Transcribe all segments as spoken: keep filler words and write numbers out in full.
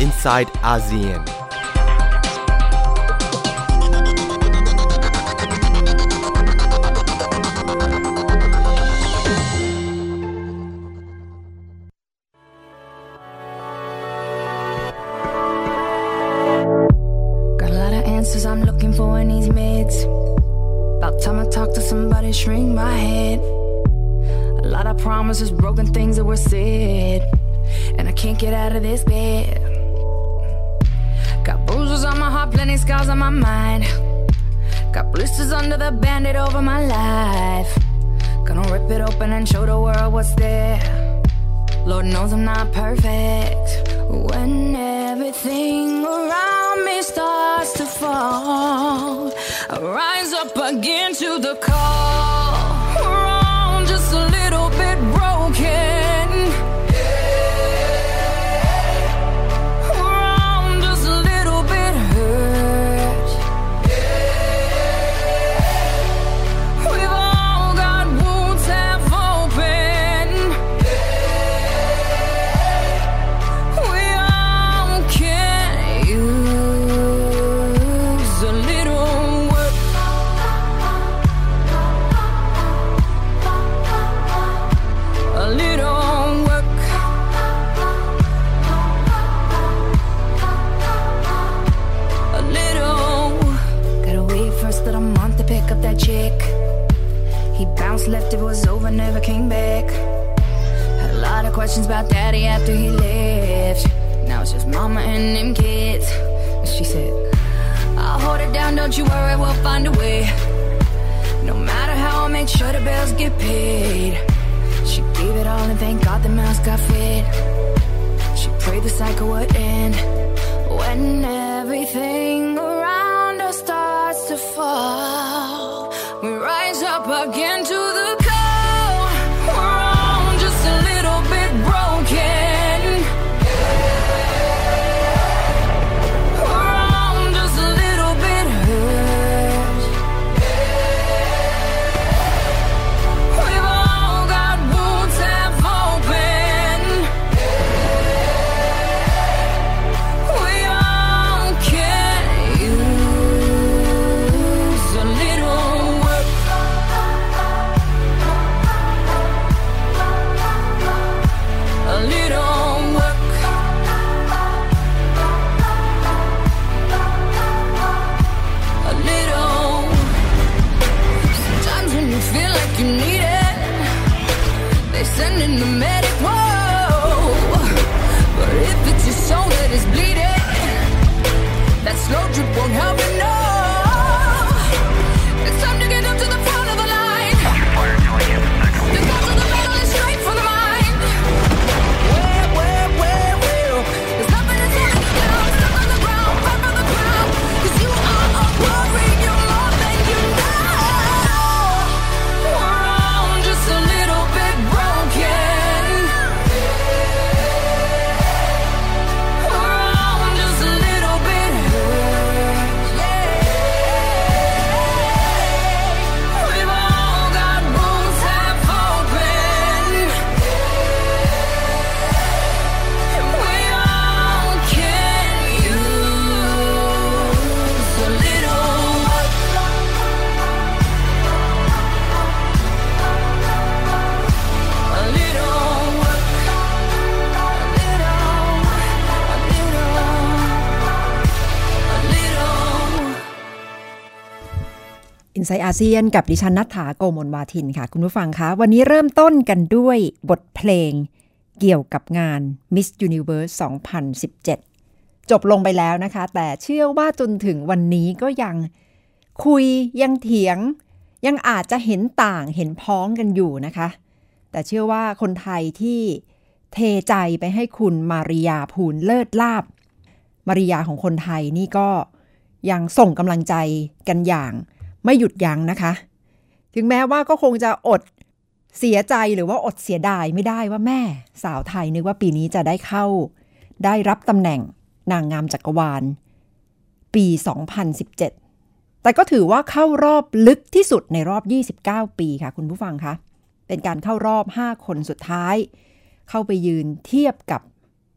inside ASEAN. I'm looking for in these mids. About time I talk to somebody, shrink my head. A lot of promises, broken things that were said, and I can't get out of this bed. Got bruises on my heart, plenty scars on my mind. Got blisters under the band-aid over my life. Gonna rip it open and show the world what's there. Lord knows I'm not perfect. When everything around me starts to fall, I rise up again to the call. We're all just a little bit broken. We're all just a little bit hurt. We've all got wounds half open. We all can use a little work. A little work. A little. Gotta wait first of the month to pick up that chick. He bounced left, it was over, never came back. Had a lot of questions about daddy after he left. Now it's just mama and them kids. She said, I'll hold it down, don't you worry, we'll find a way. No matter how, I'll make sure the bills get paid. She gave it all and thank God the mouse got fed. She prayed the cycle would end. When everything around us starts to fall, we rise up again to the call. We're all just a little bit broken. We're all just a little bit hurt. We've all got wounds half open. We all can use a little work. A little work. A little. Sometimes when you feel like you need it, they send in the medic, whoa. But if it's your soul that is bleeding, that slow drip won't help you, no. It's time to get up to the front of the line. The cause of the battle is straight from the mind. Well, well, well, well, there's nothing that's holding you down. Stuck on the ground, fight for the crown. 'Cause you are a warrior, you're more than you know. We're all just a little bit broken. We're all just a little bit hurt. Yeah. We've all got wounds half open. We all can use a little work. A little work. A little. A little. A little. อินไซต์อาเซียนกับดิฉันณัฐฐา โกมลวาทินค่ะคุณผู้ฟังคะวันนี้เริ่มต้นกันด้วยบทเพลงเกี่ยวกับงาน Miss Universe สองพันสิบเจ็ด จบลงไปแล้วนะคะแต่เชื่อว่าจนถึงวันนี้ก็ยังคุยยังเถียงยังอาจจะเห็นต่างเห็นพ้องกันอยู่นะคะแต่เชื่อว่าคนไทยที่เทใจไปให้คุณมาริยาภูลเลิศลาภมาริยาของคนไทยนี่ก็ยังส่งกำลังใจกันอย่างไม่หยุดยั้งนะคะ ถึงแม้ว่าก็คงจะอดเสียใจหรือว่าอดเสียดายไม่ได้ว่าแม่สาวไทยนึกว่าปีนี้จะได้เข้าได้รับตำแหน่งนางงามจักรวาลปีสองพันสิบเจ็ดแต่ก็ถือว่าเข้ารอบลึกที่สุดในรอบยี่สิบเก้าปีค่ะคุณผู้ฟังคะเป็นการเข้ารอบห้าคนสุดท้ายเข้าไปยืนเทียบกับ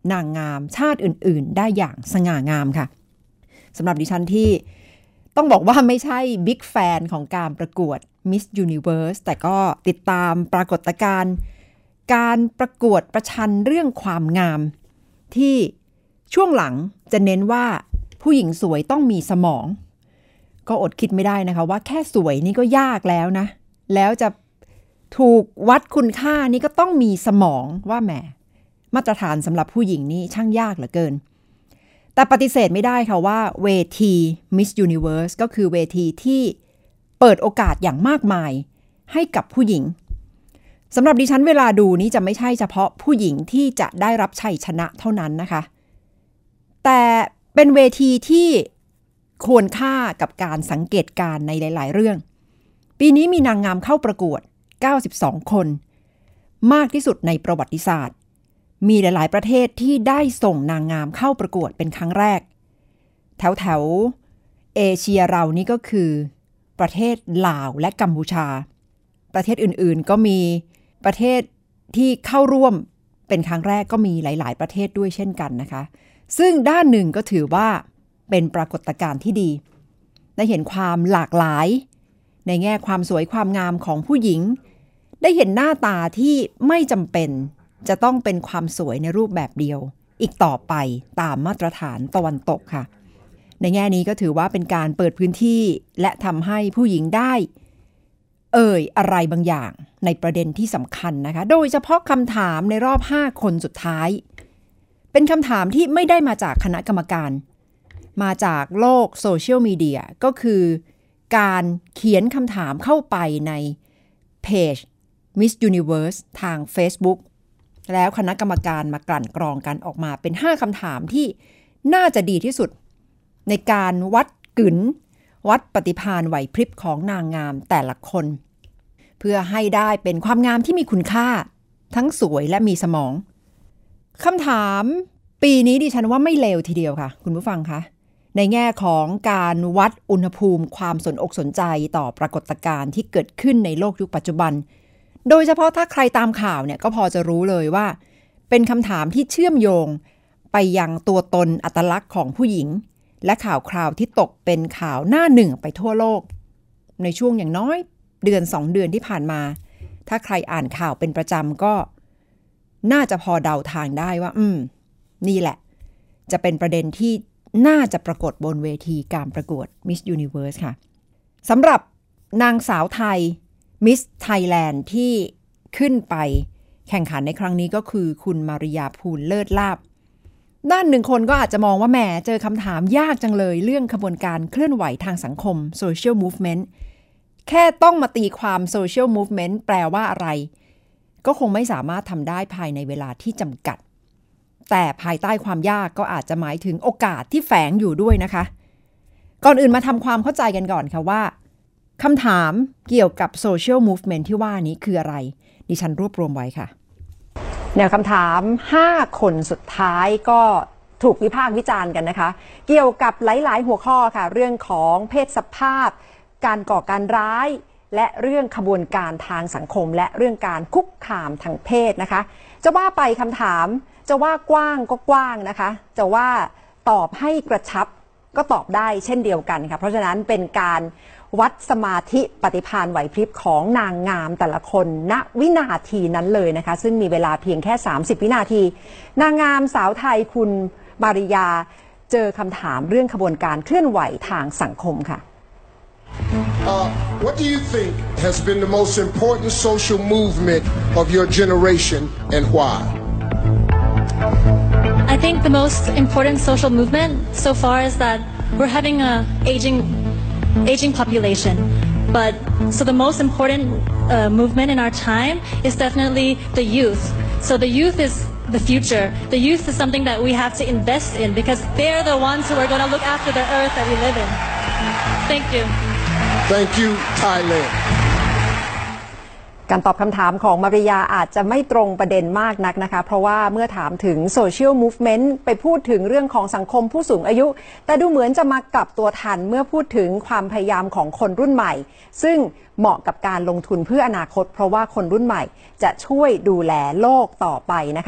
นางงามชาติอื่นๆได้อย่างสง่างามค่ะสำหรับดิฉันที่ต้องบอกว่าไม่ใช่บิ๊กแฟนของการประกวด Miss Universe แต่ก็ติดตามปรากฏการณ์การประกวดประชันเรื่องความงามที่ช่วงหลังจะเน้นว่าผู้หญิงสวยต้องมีสมองก็อดคิดไม่ได้นะคะว่าแค่สวยนี่ก็ยากแล้วนะแล้วจะถูกวัดคุณค่านี่ก็ต้องมีสมองว่าแหมมาตรฐานสำหรับผู้หญิงนี่ช่างยากเหลือเกินแต่ปฏิเสธไม่ได้ค่ะว่าเวที Miss Universe ก็คือเวทีที่เปิดโอกาสอย่างมากมายให้กับผู้หญิงสำหรับดิฉันเวลาดูนี้จะไม่ใช่เฉพาะผู้หญิงที่จะได้รับชัยชนะเท่านั้นนะคะแต่เป็นเวทีที่ควรค่ากับการสังเกตการณ์ในหลายๆเรื่องปีนี้มีนางงามเข้าประกวดเก้าสิบสองคนมากที่สุดในประวัติศาสตร์มีหลายๆประเทศที่ได้ส่งนางงามเข้าประกวดเป็นครั้งแรกแถวแถวเอเชียเรานี่ก็คือประเทศลาวและกัมพูชาประเทศอื่นๆก็มีประเทศที่เข้าร่วมเป็นครั้งแรกก็มีหลายๆประเทศด้วยเช่นกันนะคะซึ่งด้านหนึ่งก็ถือว่าเป็นปรากฏการณ์ที่ดีได้เห็นความหลากหลายในแง่ความสวยความงามของผู้หญิงได้เห็นหน้าตาที่ไม่จำเป็นจะต้องเป็นความสวยในรูปแบบเดียวอีกต่อไปตามมาตรฐานตะวันตกค่ะในแง่นี้ก็ถือว่าเป็นการเปิดพื้นที่และทำให้ผู้หญิงได้เอ่ยอะไรบางอย่างในประเด็นที่สำคัญนะคะโดยเฉพาะคำถามในรอบห้าคนสุดท้ายเป็นคำถามที่ไม่ได้มาจากคณะกรรมการมาจากโลกโซเชียลมีเดียก็คือการเขียนคำถามเข้าไปในเพจ Miss Universe ทาง Facebook แล้วคณะกรรมการมากลั่นกรองกันออกมาเป็นห้าคำถามที่น่าจะดีที่สุดในการวัดกึ๋นวัดปฏิภาณไหวพริบของนางงามแต่ละคนเพื่อให้ได้เป็นความงามที่มีคุณค่าทั้งสวยและมีสมองคำถามปีนี้ดิฉันว่าไม่เลวทีเดียวค่ะคุณผู้ฟังคะในแง่ของการวัดอุณหภูมิความสนอกสนใจต่อปรากฏการณ์ที่เกิดขึ้นในโลกยุคปัจจุบันโดยเฉพาะถ้าใครตามข่าวเนี่ยก็พอจะรู้เลยว่าเป็นคำถามที่เชื่อมโยงไปยังตัวตนอัตลักษณ์ของผู้หญิงและข่าวคราวที่ตกเป็นข่าวหน้าหนึ่งไปทั่วโลกในช่วงอย่างน้อยเดือนสองเดือนที่ผ่านมาถ้าใครอ่านข่าวเป็นประจำก็น่าจะพอเดาทางได้ว่าอืมนี่แหละจะเป็นประเด็นที่น่าจะปรากฏบนเวทีการประกวด Miss Universe ค่ะสำหรับนางสาวไทย Miss Thailand ที่ขึ้นไปแข่งขันในครั้งนี้ก็คือคุณมาริยาภูลเลิศลาภด้านหนึ่งคนก็อาจจะมองว่าแหมเจอคำถามยากจังเลยเรื่องขบวนการเคลื่อนไหวทางสังคม Social Movement แค่ต้องมาตีความ Social Movement แปลว่าอะไรก็คงไม่สามารถทำได้ภายในเวลาที่จำกัดแต่ภายใต้ความยากก็อาจจะหมายถึงโอกาสที่แฝงอยู่ด้วยนะคะก่อนอื่นมาทำความเข้าใจกันก่อนค่ะว่าคำถามเกี่ยวกับ Social Movement ที่ว่านี้คืออะไรดิฉันรวบรวมไว้ค่ะแนวคำถามห้าคนสุดท้ายก็ถูกวิพากษ์วิจารณ์กันนะคะเกี่ยวกับหลายๆหัวข้อค่ะเรื่องของเพศสภาพการก่อการร้ายและเรื่องขบวนการทางสังคมและเรื่องการคุกคามทางเพศนะคะจะว่าไปคำถามจะว่ากว้างก็กว้างนะคะจะว่าตอบให้กระชับก็ตอบได้เช่นเดียวกันค่ะเพราะฉะนั้นเป็นการวัดสมาธิปฏิภาณไหวพริบของนางงามแต่ละคนณวินาทีนั้นเลยนะคะซึ่งมีเวลาเพียงแค่สามสิบวินาทีนางงามสาวไทยคุณมาริยาเจอคำถามเรื่องขบวนการเคลื่อนไหวทางสังคมค่ะ Uh, what do you think has been the most important social movement of your generation and why? I think the most important social movement so far is that we're having a aging aging population. But so the most important uh, movement in our time is definitely the youth. So the youth is the future. The youth is something that we have to invest in because they're the ones who are going to look after the earth that we live in. Thank you. Thank you, Thailand. การตอบคำถามของมาริยาอาจจะไม่ตรงประเด็นมากนักนะคะเพราะว่าเมื่อถามถึงโซเชียลมูฟเมนต์ไปพูดถึงเรื่องของสังคมผู้สูงอายุแต่ดูเหมือนจะมากลับตัวทันเมื่อพูดถึงความพยายามของคนรุ่นใหม่ซึ่งเหมาะกับการลงทุนเพื่ออนาคตเพราะว่าคนรุ่นใหม่จะช่วยดูแลโลกต่อไปนะคะ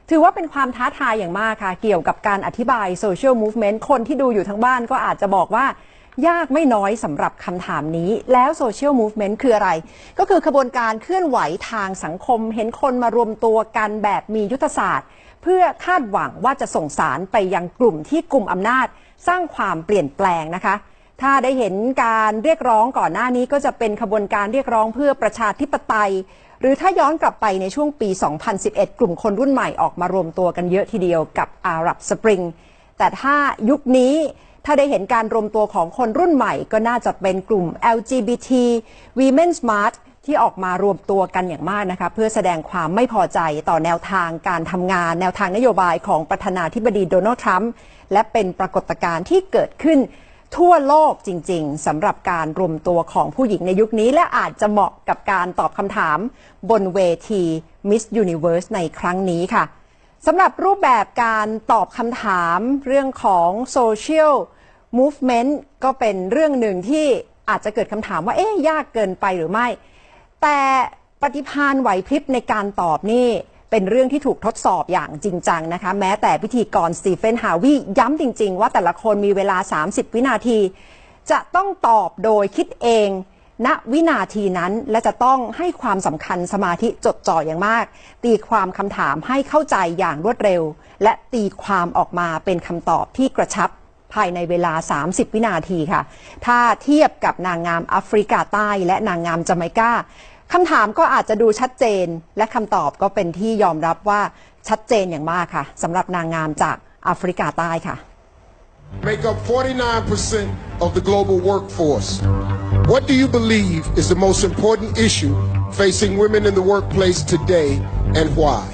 ถือว่าเป็นความท้าทายอย่างมากค่ะเกี่ยวกับการอธิบายโซเชียลมูฟเมนต์คนที่ดูอยู่ทั้งบ้านก็อาจจะบอกว่ายากไม่น้อยสำหรับคำถามนี้แล้วโซเชียลมูฟเมนต์คืออะไรก็คือขบวนการเคลื่อนไหวทางสังคมเห็นคนมารวมตัวกันแบบมียุทธศาสตร์เพื่อคาดหวังว่าจะส่งสารไปยังกลุ่มที่กุมอำนาจสร้างความเปลี่ยนแปลงนะคะถ้าได้เห็นการเรียกร้องก่อนหน้านี้ก็จะเป็นขบวนการเรียกร้องเพื่อประชาธิปไตยหรือถ้าย้อนกลับไปในช่วงปี สองพันสิบเอ็ด กลุ่มคนรุ่นใหม่ออกมารวมตัวกันเยอะทีเดียวกับอาหรับสปริงแต่ถ้ายุคนี้ถ้าได้เห็นการรวมตัวของคนรุ่นใหม่ก็น่าจะเป็นกลุ่ม แอล จี บี ที Women's March ที่ออกมารวมตัวกันอย่างมากนะคะเพื่อแสดงความไม่พอใจต่อแนวทางการทำงานแนวทางนโยบายของประธานาธิบดีโดนัลด์ทรัมป์และเป็นปรากฏการณ์ที่เกิดขึ้นทั่วโลกจริงๆสำหรับการรวมตัวของผู้หญิงในยุคนี้และอาจจะเหมาะกับการตอบคำถามบนเวที Miss Universe ในครั้งนี้ค่ะสำหรับรูปแบบการตอบคำถามเรื่องของ Social Movement ก็เป็นเรื่องหนึ่งที่อาจจะเกิดคำถามว่าเอ๊ะยากเกินไปหรือไม่แต่ปฏิภาณไหวพริบในการตอบนี่เป็นเรื่องที่ถูกทดสอบอย่างจริงจังนะคะแม้แต่พิธีกรสตีเฟนฮาวีย้ำจริงๆว่าแต่ละคนมีเวลาสามสิบวินาทีจะต้องตอบโดยคิดเองณวินาทีนั้นและจะต้องให้ความสำคัญสมาธิจดจ่ออย่างมากตีความคำถามให้เข้าใจอย่างรวดเร็วและตีความออกมาเป็นคำตอบที่กระชับภายในเวลาสามสิบวินาทีค่ะถ้าเทียบกับนางงามแอฟริกาใต้และนางงามจาเมกาคำถามก็อาจจะดูชัดเจนและคำตอบก็เป็นที่ยอมรับว่าชัดเจนอย่างมากค่ะสำหรับนางงามจากแอฟริกาใต้ค่ะ Make up forty-nine percent of the global workforce. What do you believe is the most important issue facing women in the workplace today and why?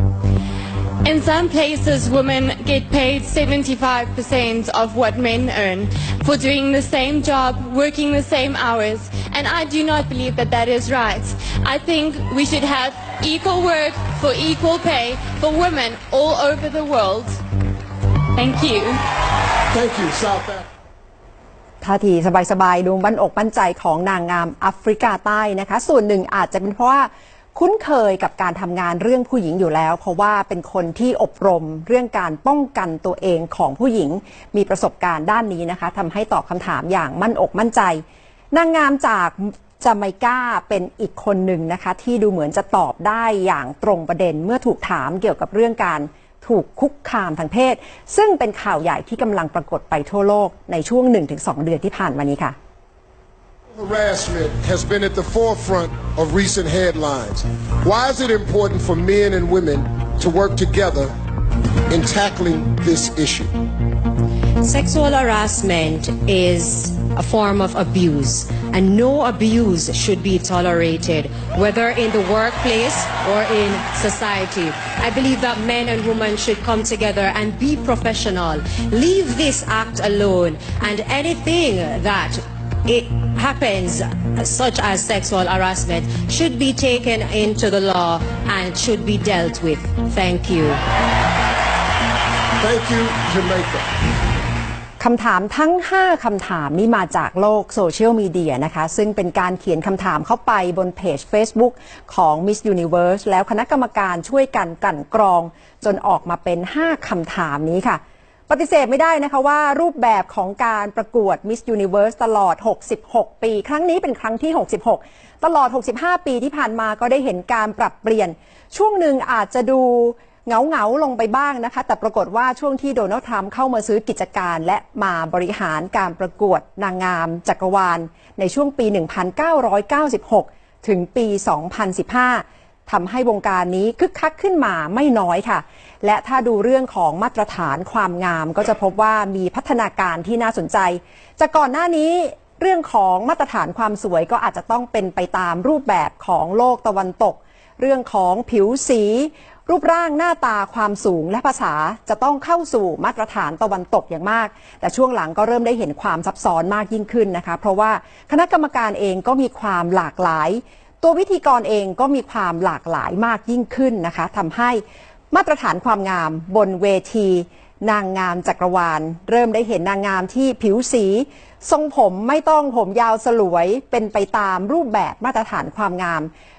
In some places, women get paid seventy-five percent of what men earn for doing the same job, working the same hours, and I do not believe that that is right. I think we should have equal work for equal pay for women all over the world. Thank you. Thank you, South Africa. ท่าทีสบายๆดูมั่นอกมั่นใจของนางงามแอฟริกาใต้นะคะส่วนหนึ่งอาจจะเป็นเพราะว่าคุ้นเคยกับการทำงานเรื่องผู้หญิงอยู่แล้วเพราะว่าเป็นคนที่อบรมเรื่องการป้องกันตัวเองของผู้หญิงมีประสบการณ์ด้านนี้นะคะทำให้ตอบคำถามอย่างมั่นอกมั่นใจนางงามจากจาเมกาเป็นอีกคนหนึ่งนะคะที่ดูเหมือนจะตอบได้อย่างตรงประเด็นเมื่อถูกถามเกี่ยวกับเรื่องการถูกคุกคามทางเพศซึ่งเป็นข่าวใหญ่ที่กำลังปรากฏไปทั่วโลกในช่วง หนึ่งถึงสอง เดือนที่ผ่านมานี้ค่ะ Harassment has been at the forefront of recent headlines. Why is it important for men and women to work together in tackling this issue? Sexual harassment is a form of abuse, and no abuse should be tolerated, whether in the workplace or in society. I believe that men and women should come together and be professional. Leave this act alone, and anything that it happens, such as sexual harassment, should be taken into the law and should be dealt with. Thank you. Thank you, Jamaica. คำถามทั้งห้าคำถามนี้มาจากโลกโซเชียลมีเดียนะคะซึ่งเป็นการเขียนคำถามเข้าไปบนเพจ Facebook ของ Miss Universe แล้วคณะกรรมการช่วยกันกลั่นกรองจนออกมาเป็นห้าคำถามนี้ค่ะปฏิเสธไม่ได้นะคะว่ารูปแบบของการประกวด Miss Universe ตลอดหกสิบหกปีครั้งนี้เป็นครั้งที่หกสิบหกตลอดหกสิบห้าปีที่ผ่านมาก็ได้เห็นการปรับเปลี่ยนช่วงหนึ่งอาจจะดูเหงาเหงาลงไปบ้างนะคะแต่ปรากฏว่าช่วงที่โดนัลด์ทรัมป์เข้ามาซื้อกิจการและมาบริหารการประกวดนางงามจักรวาลในช่วงปี หนึ่งพันเก้าร้อยเก้าสิบหก ถึงปี สองพันสิบห้า ทำให้วงการนี้คึกคักขึ้นมาไม่น้อยค่ะและถ้าดูเรื่องของมาตรฐานความงามก็จะพบว่ามีพัฒนาการที่น่าสนใจจากก่อนหน้านี้เรื่องของมาตรฐานความสวยก็อาจจะต้องเป็นไปตามรูปแบบของโลกตะวันตกเรื่องของผิวสีรูปร่างหน้าตาความสูงและภาษาจะต้องเข้าสู่มาตรฐานตะวันตกอย่างมากแต่ช่วงหลังก็เริ่มได้เห็นความซับซ้อนมากยิ่งขึ้นนะคะเพราะว่าคณะกรรมการเองก็มีความหลากหลายตัววิธีกรเองก็มีความหลากหลายมากยิ่งขึ้นนะคะทำให้มาตรฐานความงามบนเวทีนางงามจักรวาลเริ่มได้เห็นนางงามที่ผิวสีทรงผมไม่ต้องผมยาวสลวยเป็นไปตามรูปแบบมาตรฐานความงาม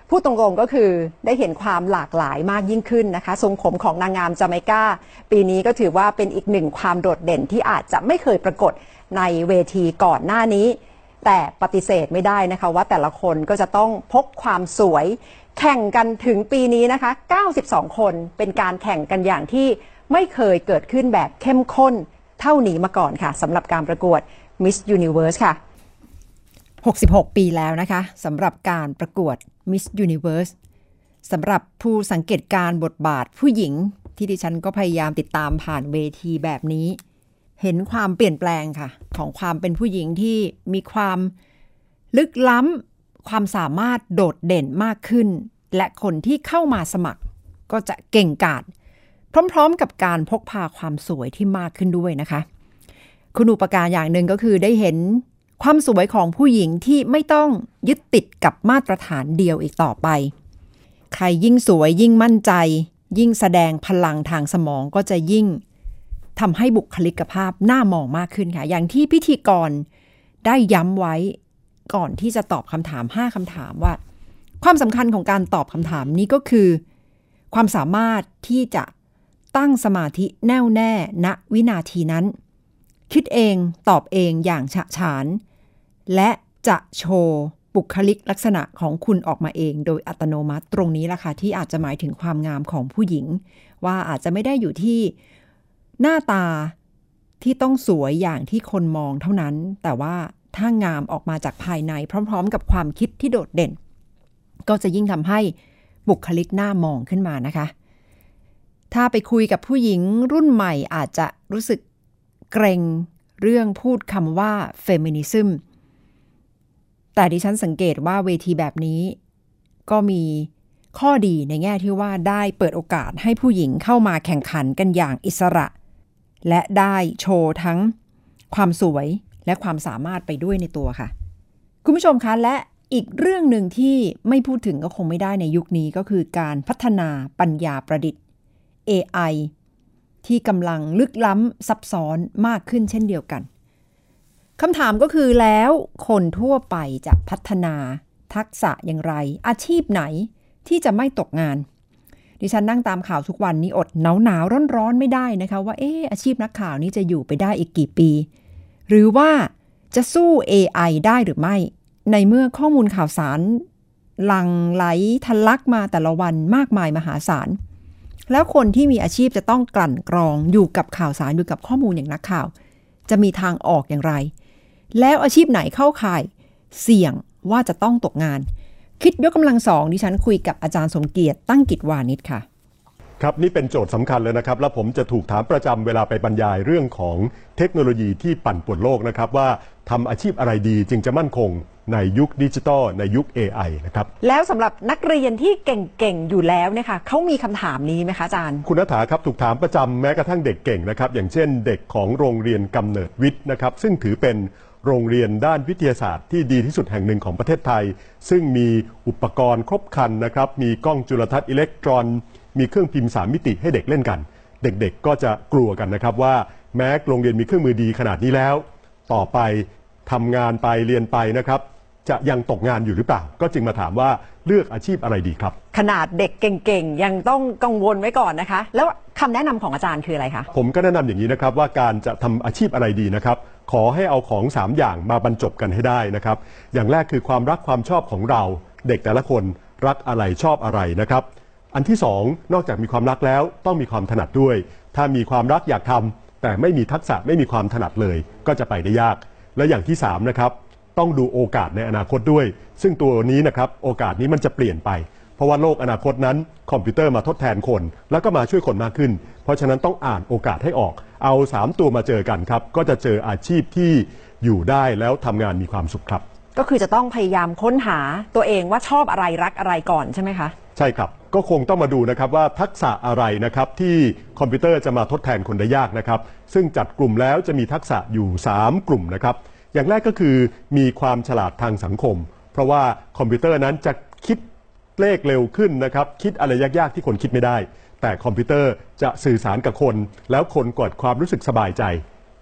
พูดตรงๆก็คือได้เห็นความหลากหลายมากยิ่งขึ้นนะคะทรงผมของนางงามจาเมกาปีนี้ก็ถือว่าเป็นอีกหนึ่งความโดดเด่นที่อาจจะไม่เคยปรากฏในเวทีก่อนหน้านี้แต่ปฏิเสธไม่ได้นะคะว่าแต่ละคนก็จะต้องพกความสวยแข่งกันถึงปีนี้นะคะเก้าสิบสองคนเป็นการแข่งกันอย่างที่ไม่เคยเกิดขึ้นแบบเข้มข้นเท่านี้มาก่อนค่ะสำหรับการประกวด Miss Universe ค่ะหกสิบหกปีแล้วนะคะสำหรับการประกวด Miss Universe สำหรับผู้สังเกตการบทบาทผู้หญิงที่ดิฉันก็พยายามติดตามผ่านเวทีแบบนี้เห็นความเปลี่ยนแปลงค่ะของความเป็นผู้หญิงที่มีความลึกล้ำความสามารถโดดเด่นมากขึ้นและคนที่เข้ามาสมัครก็จะเก่งกาจพร้อมๆกับการพกพาความสวยที่มากขึ้นด้วยนะคะคุณอุปการอย่างหนึ่งก็คือได้เห็นความสวยของผู้หญิงที่ไม่ต้องยึดติดกับมาตรฐานเดียวอีกต่อไปใครยิ่งสวยยิ่งมั่นใจยิ่งแสดงพลังทางสมองก็จะยิ่งทำให้บุคลิกภาพน่ามองมากขึ้นค่ะอย่างที่พิธีกรได้ย้ำไว้ก่อนที่จะตอบคำถามห้าคำถามว่าความสำคัญของการตอบคำถามนี้ก็คือความสามารถที่จะตั้งสมาธิแน่วแน่ณวินาทีนั้นคิดเองตอบเองอย่างฉะฉานและจะโชว์บุคลิกลักษณะของคุณออกมาเองโดยอัตโนมัติตรงนี้ล่ะค่ะที่อาจจะหมายถึงความงามของผู้หญิงว่าอาจจะไม่ได้อยู่ที่หน้าตาที่ต้องสวยอย่างที่คนมองเท่านั้นแต่ว่าถ้างามออกมาจากภายในพร้อมๆกับความคิดที่โดดเด่นก็จะยิ่งทำให้บุคลิกน่ามองขึ้นมานะคะถ้าไปคุยกับผู้หญิงรุ่นใหม่อาจจะรู้สึกเกรงเรื่องพูดคำว่าเฟมินิซึมแต่ดิฉันสังเกตว่าเวทีแบบนี้ก็มีข้อดีในแง่ที่ว่าได้เปิดโอกาสให้ผู้หญิงเข้ามาแข่งขันกันอย่างอิสระและได้โชว์ทั้งความสวยและความสามารถไปด้วยในตัวค่ะคุณผู้ชมคะและอีกเรื่องหนึ่งที่ไม่พูดถึงก็คงไม่ได้ในยุคนี้ก็คือการพัฒนาปัญญาประดิษฐ์ เอ ไอ ที่กำลังลึกล้ำซับซ้อนมากขึ้นเช่นเดียวกันคำถามก็คือแล้วคนทั่วไปจะพัฒนาทักษะอย่างไรอาชีพไหนที่จะไม่ตกงานดิฉันนั่งตามข่าวทุกวันนี้อดหนาวหนาวร้อนร้อนไม่ได้นะคะว่าเอออาชีพนักข่าวนี้จะอยู่ไปได้อีกกี่ปีหรือว่าจะสู้ เอ ไอ ได้หรือไม่ในเมื่อข้อมูลข่าวสารหลั่งไหลทะลักมาแต่ละวันมากมายมหาศาลแล้วคนที่มีอาชีพจะต้องกลั่นกรองอยู่กับข่าวสารอยู่กับข้อมูลอย่างนักข่าวจะมีทางออกอย่างไรแล้วอาชีพไหนเข้าข่ายเสี่ยงว่าจะต้องตกงานคิดยกกำลังสองดิฉันคุยกับอาจารย์สมเกียรติตั้งกิจวานิชค่ะครับนี่เป็นโจทย์สำคัญเลยนะครับแล้วผมจะถูกถามประจำเวลาไปบรรยายเรื่องของเทคโนโลยีที่ปั่นป่วนโลกนะครับว่าทำอาชีพอะไรดีจึงจะมั่นคงในยุคดิจิทัลในยุค เอ ไอ นะครับแล้วสำหรับนักเรียนที่เก่งๆอยู่แล้วเนี่ยค่ะเขามีคำถามนี้ไหมคะอาจารย์คุณณฐาครับถูกถามประจำแม้กระทั่งเด็กเก่งนะครับอย่างเช่นเด็กของโรงเรียนกำเนิดวิทย์นะครับซึ่งถือเป็นโรงเรียนด้านวิทยาศาสตร์ที่ดีที่สุดแห่งหนึ่งของประเทศไทยซึ่งมีอุปกรณ์ครบครันนะครับมีกล้องจุลทรรศน์อิเล็กตรอนมีเครื่องพิมพ์สามมิติให้เด็กเล่นกันเด็กๆก็จะกลัวกันนะครับว่าแม้โรงเรียนมีเครื่องมือดีขนาดนี้แล้วต่อไปทำงานไปเรียนไปนะครับจะยังตกงานอยู่หรือเปล่าก็จึงมาถามว่าเลือกอาชีพอะไรดีครับขนาดเด็กเก่งๆยังต้องกังวลไว้ก่อนนะคะแล้วคำแนะนำของอาจารย์คืออะไรคะผมก็แนะนำอย่างนี้นะครับว่าการจะทำอาชีพอะไรดีนะครับขอให้เอาของสามอย่างมาบรรจบกันให้ได้นะครับอย่างแรกคือความรักความชอบของเราเด็กแต่ละคนรักอะไรชอบอะไรนะครับอันที่สองนอกจากมีความรักแล้วต้องมีความถนัดด้วยถ้ามีความรักอยากทำแต่ไม่มีทักษะไม่มีความถนัดเลยก็จะไปได้ยากและอย่างที่สามนะครับต้องดูโอกาสในอนาคตด้วยซึ่งตัวนี้นะครับโอกาสนี้มันจะเปลี่ยนไปเพราะว่าโลกอนาคตนั้นคอมพิวเตอร์มาทดแทนคนแล้วก็มาช่วยคนมากขึ้นเพราะฉะนั้นต้องอ่านโอกาสให้ออกเอาสามตัวมาเจอกันครับก็จะเจออาชีพที่อยู่ได้แล้วทำงานมีความสุขครับก็คือจะต้องพยายามค้นหาตัวเองว่าชอบอะไรรักอะไรก่อนใช่ไหมคะใช่ครับก็คงต้องมาดูนะครับว่าทักษะอะไรนะครับที่คอมพิวเตอร์จะมาทดแทนคนได้ยากนะครับซึ่งจัดกลุ่มแล้วจะมีทักษะอยู่สามกลุ่มนะครับอย่างแรกก็คือมีความฉลาดทางสังคมเพราะว่าคอมพิวเตอร์นั้นจะคิดเลขเร็วขึ้นนะครับคิดอะไรยากๆที่คนคิดไม่ได้แต่คอมพิวเตอร์จะสื่อสารกับคนแล้วคนเกิดความรู้สึกสบายใจ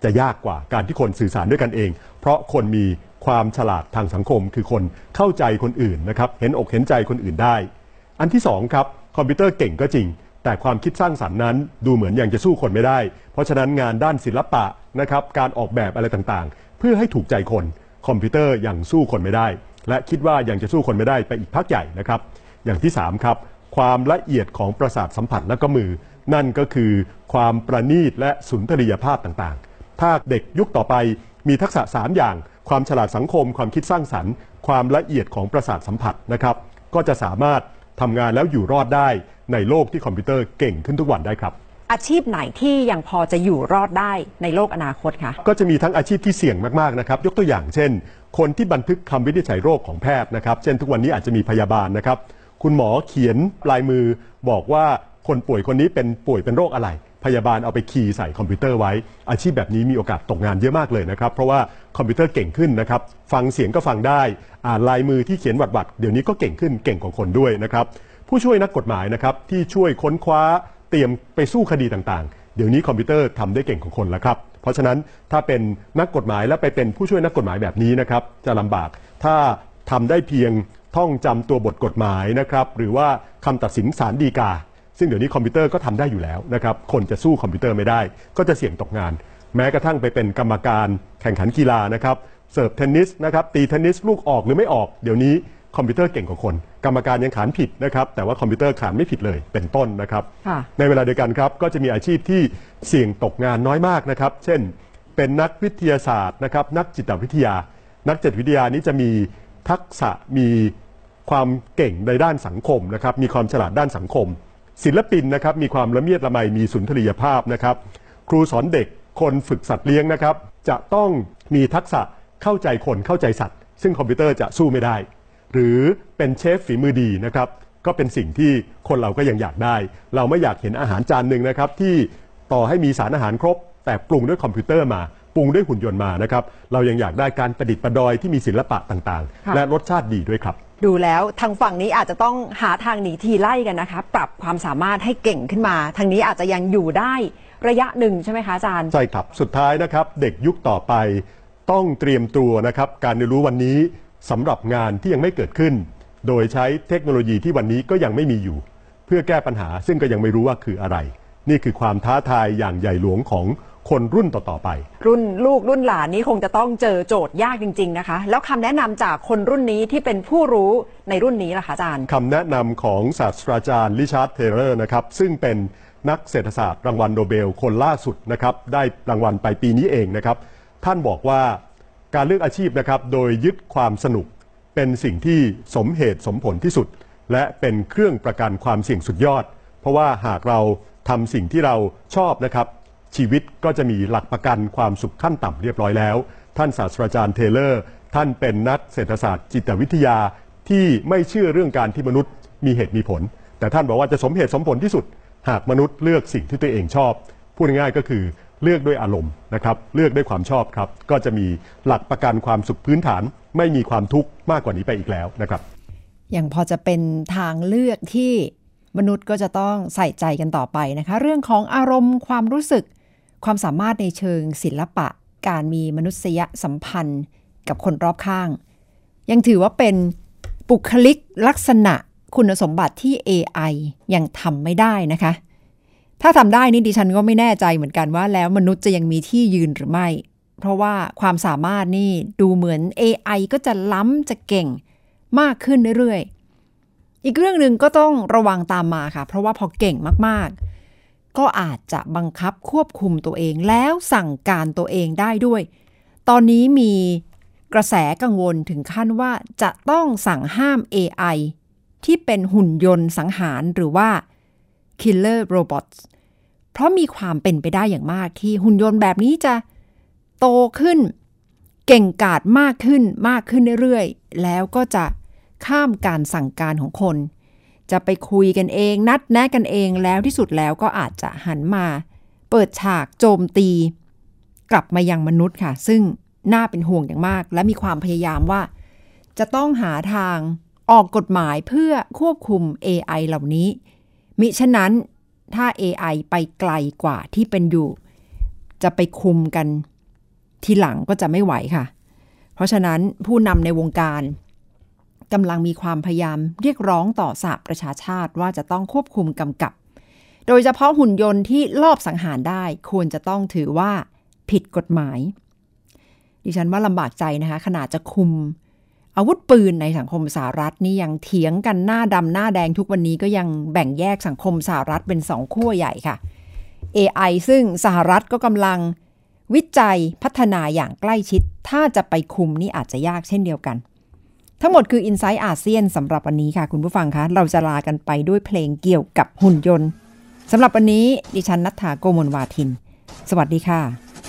จะยากกว่าการที่คนสื่อสารด้วยกันเองเพราะคนมีความฉลาดทางสังคมคือคนเข้าใจคนอื่นนะครับเห็นอกเห็นใจคนอื่นได้อันที่สองครับคอมพิวเตอร์เก่งก็จริงแต่ความคิดสร้างสรรค์นั้นดูเหมือนยังจะสู้คนไม่ได้เพราะฉะนั้นงานด้านศิลปะนะครับการออกแบบอะไรต่างๆเพื่อให้ถูกใจคนคอมพิวเตอร์ยังสู้คนไม่ได้และคิดว่ายังจะสู้คนไม่ได้ไปอีกพักใหญ่นะครับอย่างที่สามครับความละเอียดของประสาทสัมผัสและก็มือนั่นก็คือความประณีตและสุนทรียภาพต่างๆถ้าเด็กยุคต่อไปมีทักษะสามอย่างความฉลาดสังคมความคิดสร้างสรรค์ความละเอียดของประสาทสัมผัสนะครับก็จะสามารถทำงานแล้วอยู่รอดได้ในโลกที่คอมพิวเตอร์เก่งขึ้นทุกวันได้ครับอาชีพไหนที่ยังพอจะอยู่รอดได้ในโลกอนาคตคะก็จะมีทั้งอาชีพที่เสี่ยงมากๆนะครับยกตัวอย่างเช่นคนที่บันทึกคำวินิจฉัยโรคของแพทย์นะครับเช่นทุกวันนี้อาจจะมีพยาบาลนะครับคุณหมอเขียนลายมือบอกว่าคนป่วยคนนี้เป็นป่วยเป็นโรคอะไรพยาบาลเอาไปคีย์ใส่คอมพิวเตอร์ไว้อาชีพแบบนี้มีโอกาสตกงานเยอะมากเลยนะครับเพราะว่าคอมพิวเตอร์เก่งขึ้นนะครับฟังเสียงก็ฟังได้อ่านลายมือที่เขียนหวัดๆเดี๋ยวนี้ก็เก่งขึ้นเก่งกว่าคนด้วยนะครับผู้ช่วยนักกฎหมายนะครับที่ช่วยค้นคว้าเตรียมไปสู้คดีต่างๆเดี๋ยวนี้คอมพิวเตอร์ทำได้เก่งกว่าคนแล้วครับเพราะฉะนั้นถ้าเป็นนักกฎหมายและไปเป็นผู้ช่วยนักกฎหมายแบบนี้นะครับจะลำบากถ้าทำได้เพียงท่องจำตัวบทกฎหมายนะครับหรือว่าคำตัดสินศาลฎีกาซึ่งเดี๋ยวนี้คอมพิวเตอร์ก็ทำได้อยู่แล้วนะครับคนจะสู้คอมพิวเตอร์ไม่ได้ก็จะเสี่ยงตกงานแม้กระทั่งไปเป็นกรรมการแข่งขันกีฬานะครับเสิร์ฟเทนนิสนะครับตีเทนนิสลูกออกหรือไม่ออกเดี๋ยวนี้คอมพิวเตอร์เก่งกว่าคนกรรมการยังขานผิดนะครับแต่ว่าคอมพิวเตอร์ขานไม่ผิดเลยเป็นต้นนะครับในเวลาเดียวกันครับก็จะมีอาชีพที่เสี่ยงตกงานน้อยมากนะครับเช่นเป็นนักวิทยาศาสตร์นะครับนักจิตวิทยานักจิตวิทยานี้จะมีทักษะมีความเก่งในด้านสังคมนะครับมีความฉลาดด้านสังคมศิลปินนะครับมีความละเมียดละไมมีสุนทรียภาพนะครับครูสอนเด็กคนฝึกสัตว์เลี้ยงนะครับจะต้องมีทักษะเข้าใจคนเข้าใจสัตว์ซึ่งคอมพิวเตอร์จะสู้ไม่ได้หรือเป็นเชฟฝีมือดีนะครับก็เป็นสิ่งที่คนเราก็ยังอยากได้เราไม่อยากเห็นอาหารจานหนึ่งนะครับที่ต่อให้มีสารอาหารครบแต่ปรุงด้วยคอมพิวเตอร์มาปรุงด้วยหุ่นยนต์มานะครับเรายังอยากได้การประดิษฐ์ประดอยที่มีศิลปะต่างๆและรสชาติดีด้วยครับดูแล้วทางฝั่งนี้อาจจะต้องหาทางหนีทีไล่กันนะคะปรับความสามารถให้เก่งขึ้นมาทางนี้อาจจะยังอยู่ได้ระยะหนึ่งใช่ไหมคะอาจารย์ใช่ครับสุดท้ายนะครับเด็กยุคต่อไปต้องเตรียมตัวนะครับการเรียนรู้วันนี้สำหรับงานที่ยังไม่เกิดขึ้นโดยใช้เทคโนโลยีที่วันนี้ก็ยังไม่มีอยู่เพื่อแก้ปัญหาซึ่งก็ยังไม่รู้ว่าคืออะไรนี่คือความท้าทายอย่างใหญ่หลวงของคนรุ่นต่อๆไปรุ่นลูกรุ่นหลานนี้คงจะต้องเจอโจทย์ยากจริงๆนะคะแล้วคำแนะนำจากคนรุ่นนี้ที่เป็นผู้รู้ในรุ่นนี้ล่ะคะอาจารย์คำแนะนำของศาสตราจารย์ริชาร์ดเทเลอร์นะครับซึ่งเป็นนักเศรษฐศาสตร์รางวัลโนเบลคนล่าสุดนะครับได้รางวัลไปปีนี้เองนะครับท่านบอกว่าการเลือกอาชีพนะครับโดยยึดความสนุกเป็นสิ่งที่สมเหตุสมผลที่สุดและเป็นเครื่องประกันความเสี่ยงสุดยอดเพราะว่าหากเราทำสิ่งที่เราชอบนะครับชีวิตก็จะมีหลักประกันความสุขขั้นต่ำเรียบร้อยแล้วท่านศาสตราจารย์เทเลอร์ท่านเป็นนักเศรษฐศาสตร์จิตวิทยาที่ไม่เชื่อเรื่องการที่มนุษย์มีเหตุมีผลแต่ท่านบอกว่าจะสมเหตุสมผลที่สุดหากมนุษย์เลือกสิ่งที่ตัวเองชอบพูดง่ายๆก็คือเลือกด้วยอารมณ์นะครับเลือกด้วยความชอบครับก็จะมีหลักประกันความสุขพื้นฐานไม่มีความทุกข์มากกว่านี้ไปอีกแล้วนะครับอย่างพอจะเป็นทางเลือกที่มนุษย์ก็จะต้องใส่ใจกันต่อไปนะคะเรื่องของอารมณ์ความรู้สึกความสามารถในเชิงศิลปะการมีมนุษยสัมพันธ์กับคนรอบข้างยังถือว่าเป็นบุคลิกลักษณะคุณสมบัติที่ เอ ไอ ยังทำไม่ได้นะคะถ้าทำได้นี่ดิฉันก็ไม่แน่ใจเหมือนกันว่าแล้วมนุษย์จะยังมีที่ยืนหรือไม่เพราะว่าความสามารถนี่ดูเหมือน เอ ไอ ก็จะล้ำจะเก่งมากขึ้นเรื่อยๆอีกเรื่องหนึ่งก็ต้องระวังตามมาค่ะเพราะว่าพอเก่งมากๆก็อาจจะบังคับควบคุมตัวเองแล้วสั่งการตัวเองได้ด้วยตอนนี้มีกระแสกังวลถึงขั้นว่าจะต้องสั่งห้าม เอ ไอ ที่เป็นหุ่นยนต์สังหารหรือว่า killer robots เพราะมีความเป็นไปได้อย่างมากที่หุ่นยนต์แบบนี้จะโตขึ้นเก่งกาจมากขึ้นมากขึ้นเรื่อยๆแล้วก็จะข้ามการสั่งการของคนจะไปคุยกันเองนัดแนะกันเองแล้วที่สุดแล้วก็อาจจะหันมาเปิดฉากโจมตีกลับมายังมนุษย์ค่ะซึ่งน่าเป็นห่วงอย่างมากและมีความพยายามว่าจะต้องหาทางออกกฎหมายเพื่อควบคุม เอ ไอ เหล่านี้มิฉะนั้นถ้า เอ ไอ ไปไกลกว่าที่เป็นอยู่จะไปคุมกันทีหลังก็จะไม่ไหวค่ะเพราะฉะนั้นผู้นำในวงการกำลังมีความพยายามเรียกร้องต่อสหประชาชาติว่าจะต้องควบคุมกำกับโดยเฉพาะหุ่นยนต์ที่ลอบสังหารได้ควรจะต้องถือว่าผิดกฎหมายดิฉันว่าลำบากใจนะคะขนาดจะคุมอาวุธปืนในสังคมสหรัฐนี่ยังเถียงกันหน้าดำหน้าแดงทุกวันนี้ก็ยังแบ่งแยกสังคมสหรัฐเป็นสองขั้วใหญ่ค่ะ เอ ไอ ซึ่งสหรัฐก็กำลังวิจัยพัฒนาอย่างใกล้ชิดถ้าจะไปคุมนี่อาจจะยากเช่นเดียวกันทั้งหมดคือ Inside อาเซียนสำหรับวันนี้ค่ะคุณผู้ฟังคะเราจะลากันไปด้วยเพลงเกี่ยวกับหุ่นยนต์สำหรับวันนี้ดิฉันณัฐฐา โกมลวาทินสวัสดีค่ะ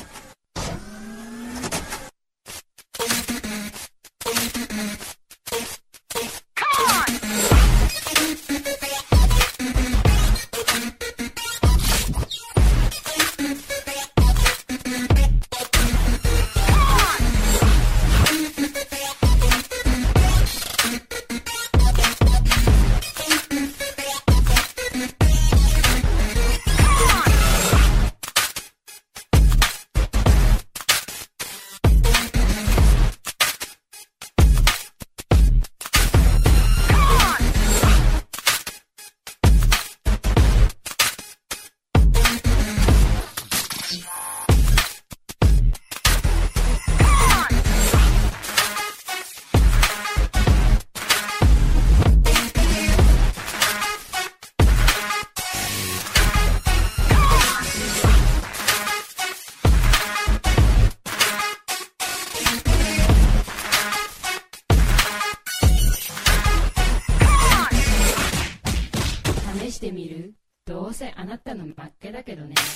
してみる？どうせあなたの負けだけどね。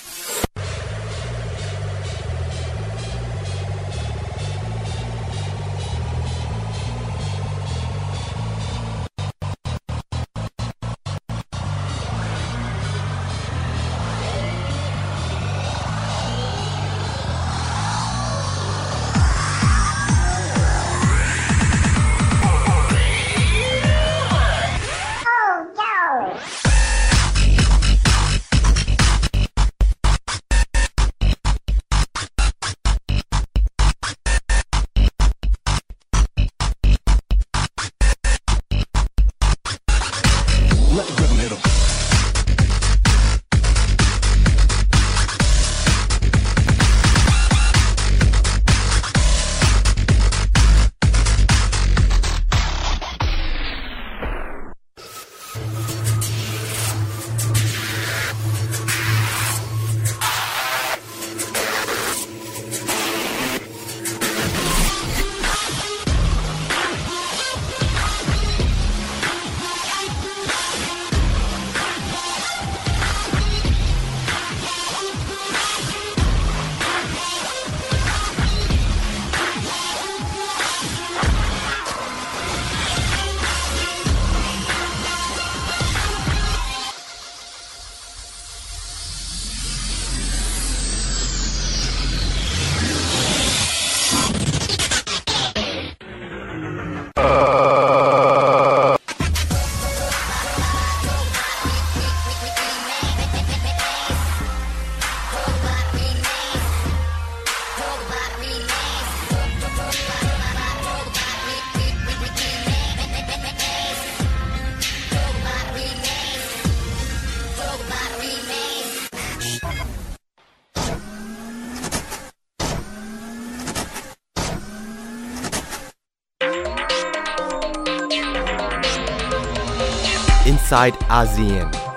Inside อาเซียน